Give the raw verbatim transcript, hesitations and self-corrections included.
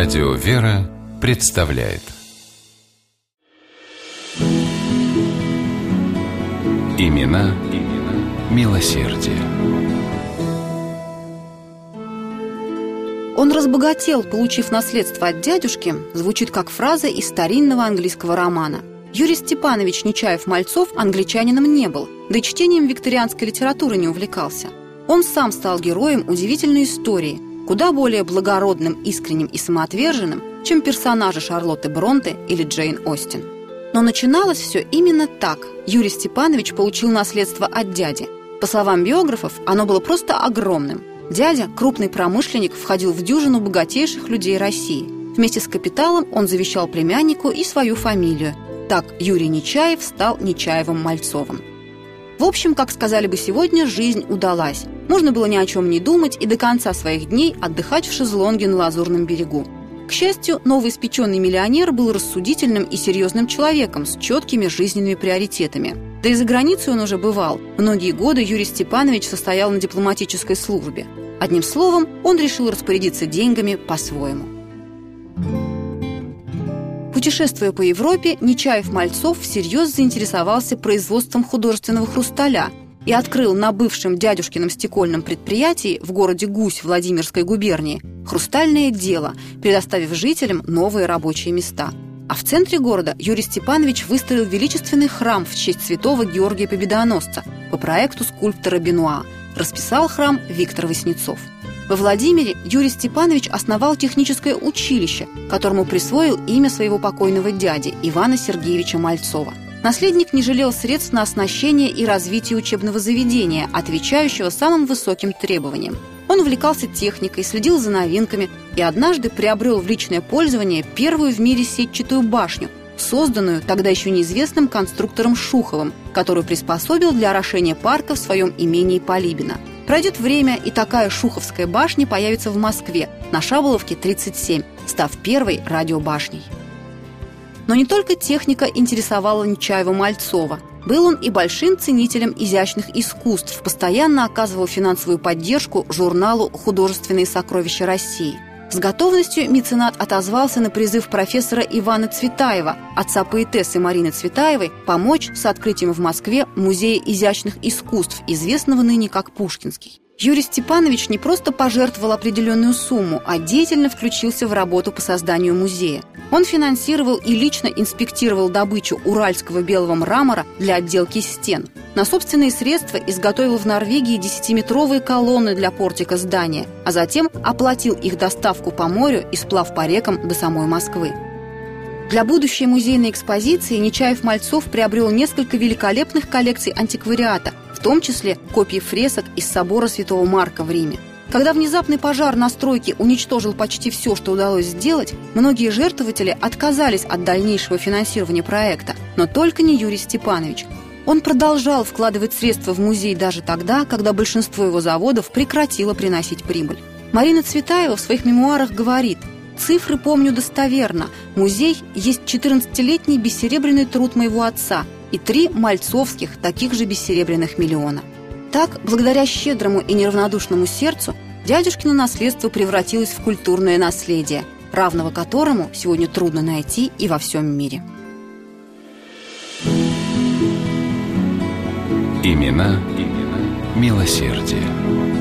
Радио «Вера» представляет Имена, имена милосердия. Он разбогател, получив наследство от дядюшки, звучит как фраза из старинного английского романа. Юрий Степанович Нечаев-Мальцов англичанином не был, да и чтением викторианской литературы не увлекался. Он сам стал героем удивительной истории, куда более благородным, искренним и самоотверженным, чем персонажи Шарлотты Бронте или Джейн Остин. Но начиналось все именно так. Юрий Степанович получил наследство от дяди. По словам биографов, оно было просто огромным. Дядя, крупный промышленник, входил в дюжину богатейших людей России. Вместе с капиталом он завещал племяннику и свою фамилию. Так Юрий Нечаев стал Нечаевым-Мальцовым. В общем, как сказали бы сегодня, жизнь удалась. Можно было ни о чем не думать и до конца своих дней отдыхать в шезлонге на Лазурном берегу. К счастью, новоиспеченный миллионер был рассудительным и серьезным человеком с четкими жизненными приоритетами. Да и за границей он уже бывал. Многие годы Юрий Степанович состоял на дипломатической службе. Одним словом, он решил распорядиться деньгами по-своему. Путешествуя по Европе, Нечаев-Мальцов всерьез заинтересовался производством художественного хрусталя и открыл на бывшем дядюшкином стекольном предприятии в городе Гусь Владимирской губернии хрустальное дело, предоставив жителям новые рабочие места. А в центре города Юрий Степанович выстроил величественный храм в честь святого Георгия Победоносца по проекту скульптора Бенуа. Расписал храм Виктор Васнецов. Во Владимире Юрий Степанович основал техническое училище, которому присвоил имя своего покойного дяди Ивана Сергеевича Мальцова. Наследник не жалел средств на оснащение и развитие учебного заведения, отвечающего самым высоким требованиям. Он увлекался техникой, следил за новинками и однажды приобрел в личное пользование первую в мире сетчатую башню, созданную тогда еще неизвестным конструктором Шуховым, которую приспособил для орошения парка в своем имении Полибино. Пройдет время, и такая шуховская башня появится в Москве на Шаболовке тридцать семь, став первой радиобашней. Но не только техника интересовала Нечаева-Мальцова. Был он и большим ценителем изящных искусств, постоянно оказывал финансовую поддержку журналу «Художественные сокровища России». С готовностью меценат отозвался на призыв профессора Ивана Цветаева, отца поэтессы Марины Цветаевой, помочь с открытием в Москве Музея изящных искусств, известного ныне как Пушкинский. Юрий Степанович не просто пожертвовал определенную сумму, а деятельно включился в работу по созданию музея. Он финансировал и лично инспектировал добычу уральского белого мрамора для отделки стен. На собственные средства изготовил в Норвегии десятиметровые колонны для портика здания, а затем оплатил их доставку по морю и сплав по рекам до самой Москвы. Для будущей музейной экспозиции Нечаев-Мальцов приобрел несколько великолепных коллекций антиквариата, в том числе копии фресок из собора Святого Марка в Риме. Когда внезапный пожар на стройке уничтожил почти все, что удалось сделать, многие жертвователи отказались от дальнейшего финансирования проекта, но только не Юрий Степанович. Он продолжал вкладывать средства в музей даже тогда, когда большинство его заводов прекратило приносить прибыль. Марина Цветаева в своих мемуарах говорит: «Цифры помню достоверно. Музей есть четырнадцатилетний бессеребряный труд моего отца и три мальцовских, таких же бессеребряных миллиона». Так, благодаря щедрому и неравнодушному сердцу, дядюшкино наследство превратилось в культурное наследие, равного которому сегодня трудно найти и во всем мире. Имена, имена милосердия.